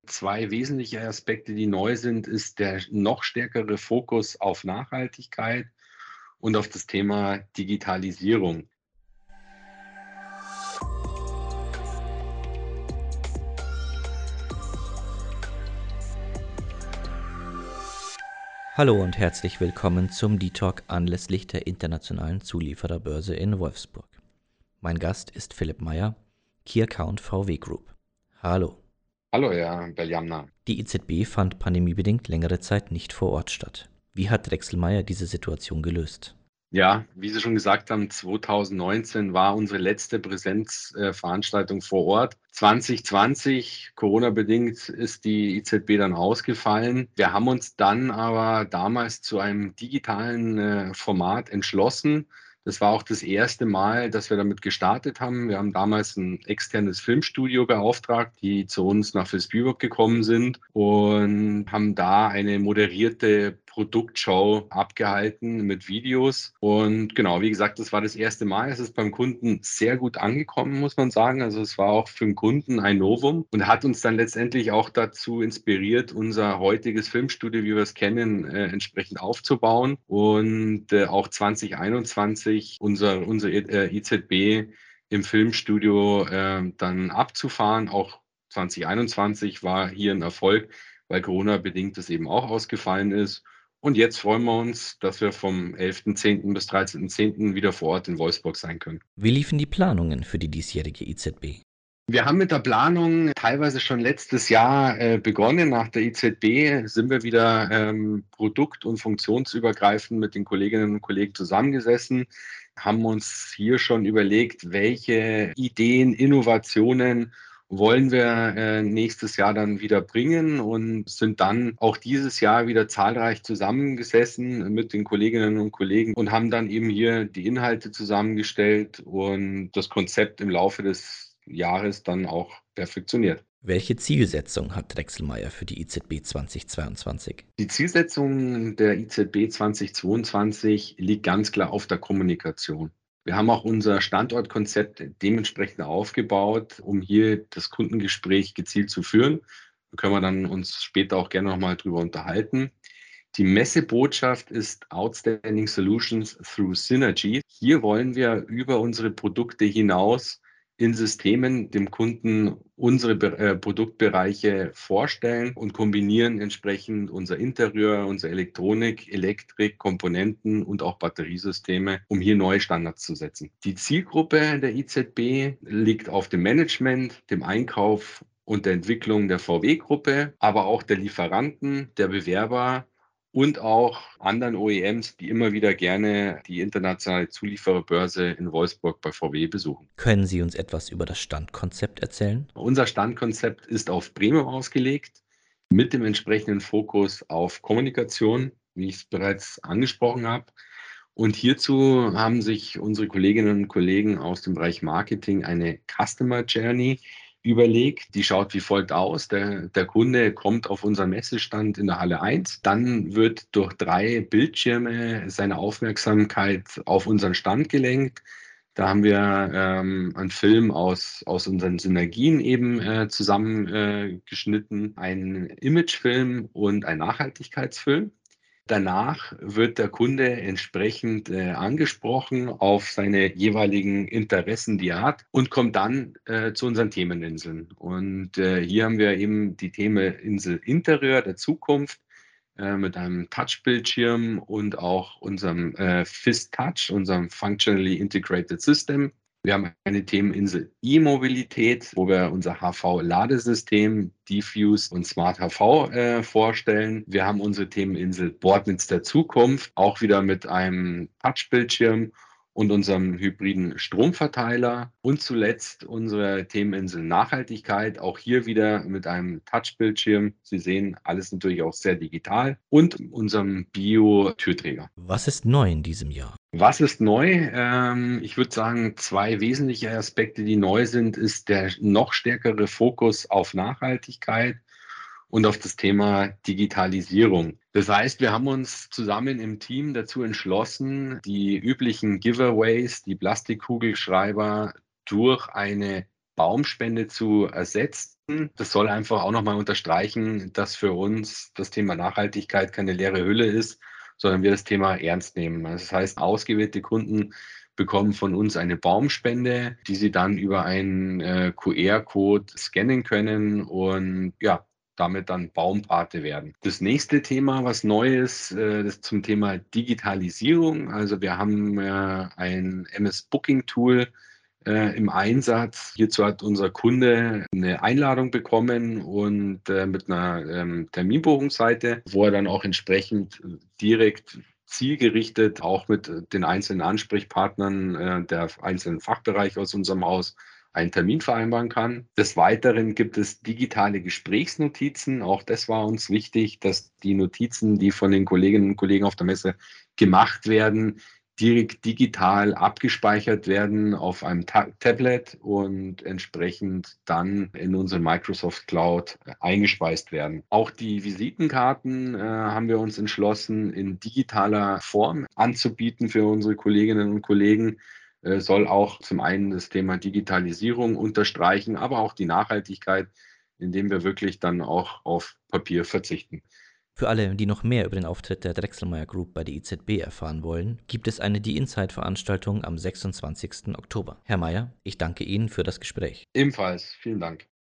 Zwei wesentliche Aspekte, die neu sind, ist der noch stärkere Fokus auf Nachhaltigkeit und auf das Thema Digitalisierung. Hallo und herzlich willkommen zum D-Talk anlässlich der Internationalen Zuliefererbörse in Wolfsburg. Mein Gast ist Philipp Meyer, Key Account VW Group. Hallo. Hallo, Herr Beljamna. Die IZB fand pandemiebedingt längere Zeit nicht vor Ort statt. Wie hat Drechselmeier diese Situation gelöst? Ja, wie Sie schon gesagt haben, 2019 war unsere letzte Präsenzveranstaltung vor Ort. 2020, Corona-bedingt, ist die IZB dann ausgefallen. Wir haben uns dann aber damals zu einem digitalen Format entschlossen. Das war auch das erste Mal, dass wir damit gestartet haben. Wir haben damals ein externes Filmstudio beauftragt, die zu uns nach Vilsbiburg gekommen sind und haben da eine moderierte Produktshow abgehalten mit Videos. Und genau, wie gesagt, das war das erste Mal. Es ist beim Kunden sehr gut angekommen, muss man sagen. Also es war auch für den Kunden ein Novum und hat uns dann letztendlich auch dazu inspiriert, unser heutiges Filmstudio, wie wir es kennen, entsprechend aufzubauen und auch 2021 unsere IZB im Filmstudio dann abzufahren. Auch 2021 war hier ein Erfolg, weil Corona-bedingt es eben auch ausgefallen ist. Und jetzt freuen wir uns, dass wir vom 11.10. bis 13.10. wieder vor Ort in Wolfsburg sein können. Wie liefen die Planungen für die diesjährige IZB? Wir haben mit der Planung teilweise schon letztes Jahr begonnen. Nach der IZB sind wir wieder produkt- und funktionsübergreifend mit den Kolleginnen und Kollegen zusammengesessen, haben uns hier schon überlegt, welche Ideen, Innovationen wollen wir nächstes Jahr dann wieder bringen und sind dann auch dieses Jahr wieder zahlreich zusammengesessen mit den Kolleginnen und Kollegen und haben dann eben hier die Inhalte zusammengestellt und das Konzept im Laufe des Jahres dann auch perfektioniert. Welche Zielsetzung hat Drechselmeier für die IZB 2022? Die Zielsetzung der IZB 2022 liegt ganz klar auf der Kommunikation. Wir haben auch unser Standortkonzept dementsprechend aufgebaut, um hier das Kundengespräch gezielt zu führen. Da können wir dann uns später auch gerne noch mal drüber unterhalten. Die Messebotschaft ist Outstanding Solutions through Synergy. Hier wollen wir über unsere Produkte hinaus in Systemen dem Kunden unsere Produktbereiche vorstellen und kombinieren entsprechend unser Interieur, unsere Elektronik, Elektrik, Komponenten und auch Batteriesysteme, um hier neue Standards zu setzen. Die Zielgruppe der IZB liegt auf dem Management, dem Einkauf und der Entwicklung der VW-Gruppe, aber auch der Lieferanten, der Bewerber und auch anderen OEMs, die immer wieder gerne die internationale Zuliefererbörse in Wolfsburg bei VW besuchen. Können Sie uns etwas über das Standkonzept erzählen? Unser Standkonzept ist auf Premium ausgelegt, mit dem entsprechenden Fokus auf Kommunikation, wie ich es bereits angesprochen habe. Und hierzu haben sich unsere Kolleginnen und Kollegen aus dem Bereich Marketing eine Customer Journey überlegt. Die schaut wie folgt aus. Der Kunde kommt auf unseren Messestand in der Halle 1. Dann wird durch 3 Bildschirme seine Aufmerksamkeit auf unseren Stand gelenkt. Da haben wir einen Film aus unseren Synergien eben zusammengeschnitten, einen Imagefilm und einen Nachhaltigkeitsfilm. Danach wird der Kunde entsprechend angesprochen auf seine jeweiligen Interessen, die er hat, und kommt dann zu unseren Themeninseln. Und hier haben wir eben die Themeninsel Interieur der Zukunft mit einem Touch-Bildschirm und auch unserem FIS Touch, unserem Functionally Integrated System. Wir haben eine Themeninsel E-Mobilität, wo wir unser HV-Ladesystem, Diffuse und Smart HV vorstellen. Wir haben unsere Themeninsel Bordnetz der Zukunft, auch wieder mit einem Touch-Bildschirm und unserem hybriden Stromverteiler. Und zuletzt unsere Themeninsel Nachhaltigkeit, auch hier wieder mit einem Touch-Bildschirm. Sie sehen, alles natürlich auch sehr digital und unserem Bio-Türträger. Was ist neu in diesem Jahr? Was ist neu? Ich würde sagen, zwei wesentliche Aspekte, die neu sind, ist der noch stärkere Fokus auf Nachhaltigkeit und auf das Thema Digitalisierung. Das heißt, wir haben uns zusammen im Team dazu entschlossen, die üblichen Giveaways, die Plastikkugelschreiber durch eine Baumspende zu ersetzen. Das soll einfach auch nochmal unterstreichen, dass für uns das Thema Nachhaltigkeit keine leere Hülle ist, sondern wir das Thema ernst nehmen. Also das heißt, ausgewählte Kunden bekommen von uns eine Baumspende, die sie dann über einen QR-Code scannen können und ja, damit dann Baumpate werden. Das nächste Thema, was neu ist, das zum Thema Digitalisierung. Also wir haben ein MS-Booking-Tool im Einsatz. Hierzu hat unser Kunde eine Einladung bekommen und mit einer Terminbuchungsseite, wo er dann auch entsprechend direkt zielgerichtet auch mit den einzelnen Ansprechpartnern der einzelnen Fachbereiche aus unserem Haus einen Termin vereinbaren kann. Des Weiteren gibt es digitale Gesprächsnotizen. Auch das war uns wichtig, dass die Notizen, die von den Kolleginnen und Kollegen auf der Messe gemacht werden, direkt digital abgespeichert werden auf einem Tablet und entsprechend dann in unsere Microsoft Cloud eingespeist werden. Auch die Visitenkarten haben wir uns entschlossen, in digitaler Form anzubieten für unsere Kolleginnen und Kollegen. Soll auch zum einen das Thema Digitalisierung unterstreichen, aber auch die Nachhaltigkeit, indem wir wirklich dann auch auf Papier verzichten. Für alle, die noch mehr über den Auftritt der Drechselmeier Group bei der IZB erfahren wollen, gibt es eine Die Inside-Veranstaltung am 26. Oktober. Herr Meier, ich danke Ihnen für das Gespräch. Ebenfalls vielen Dank.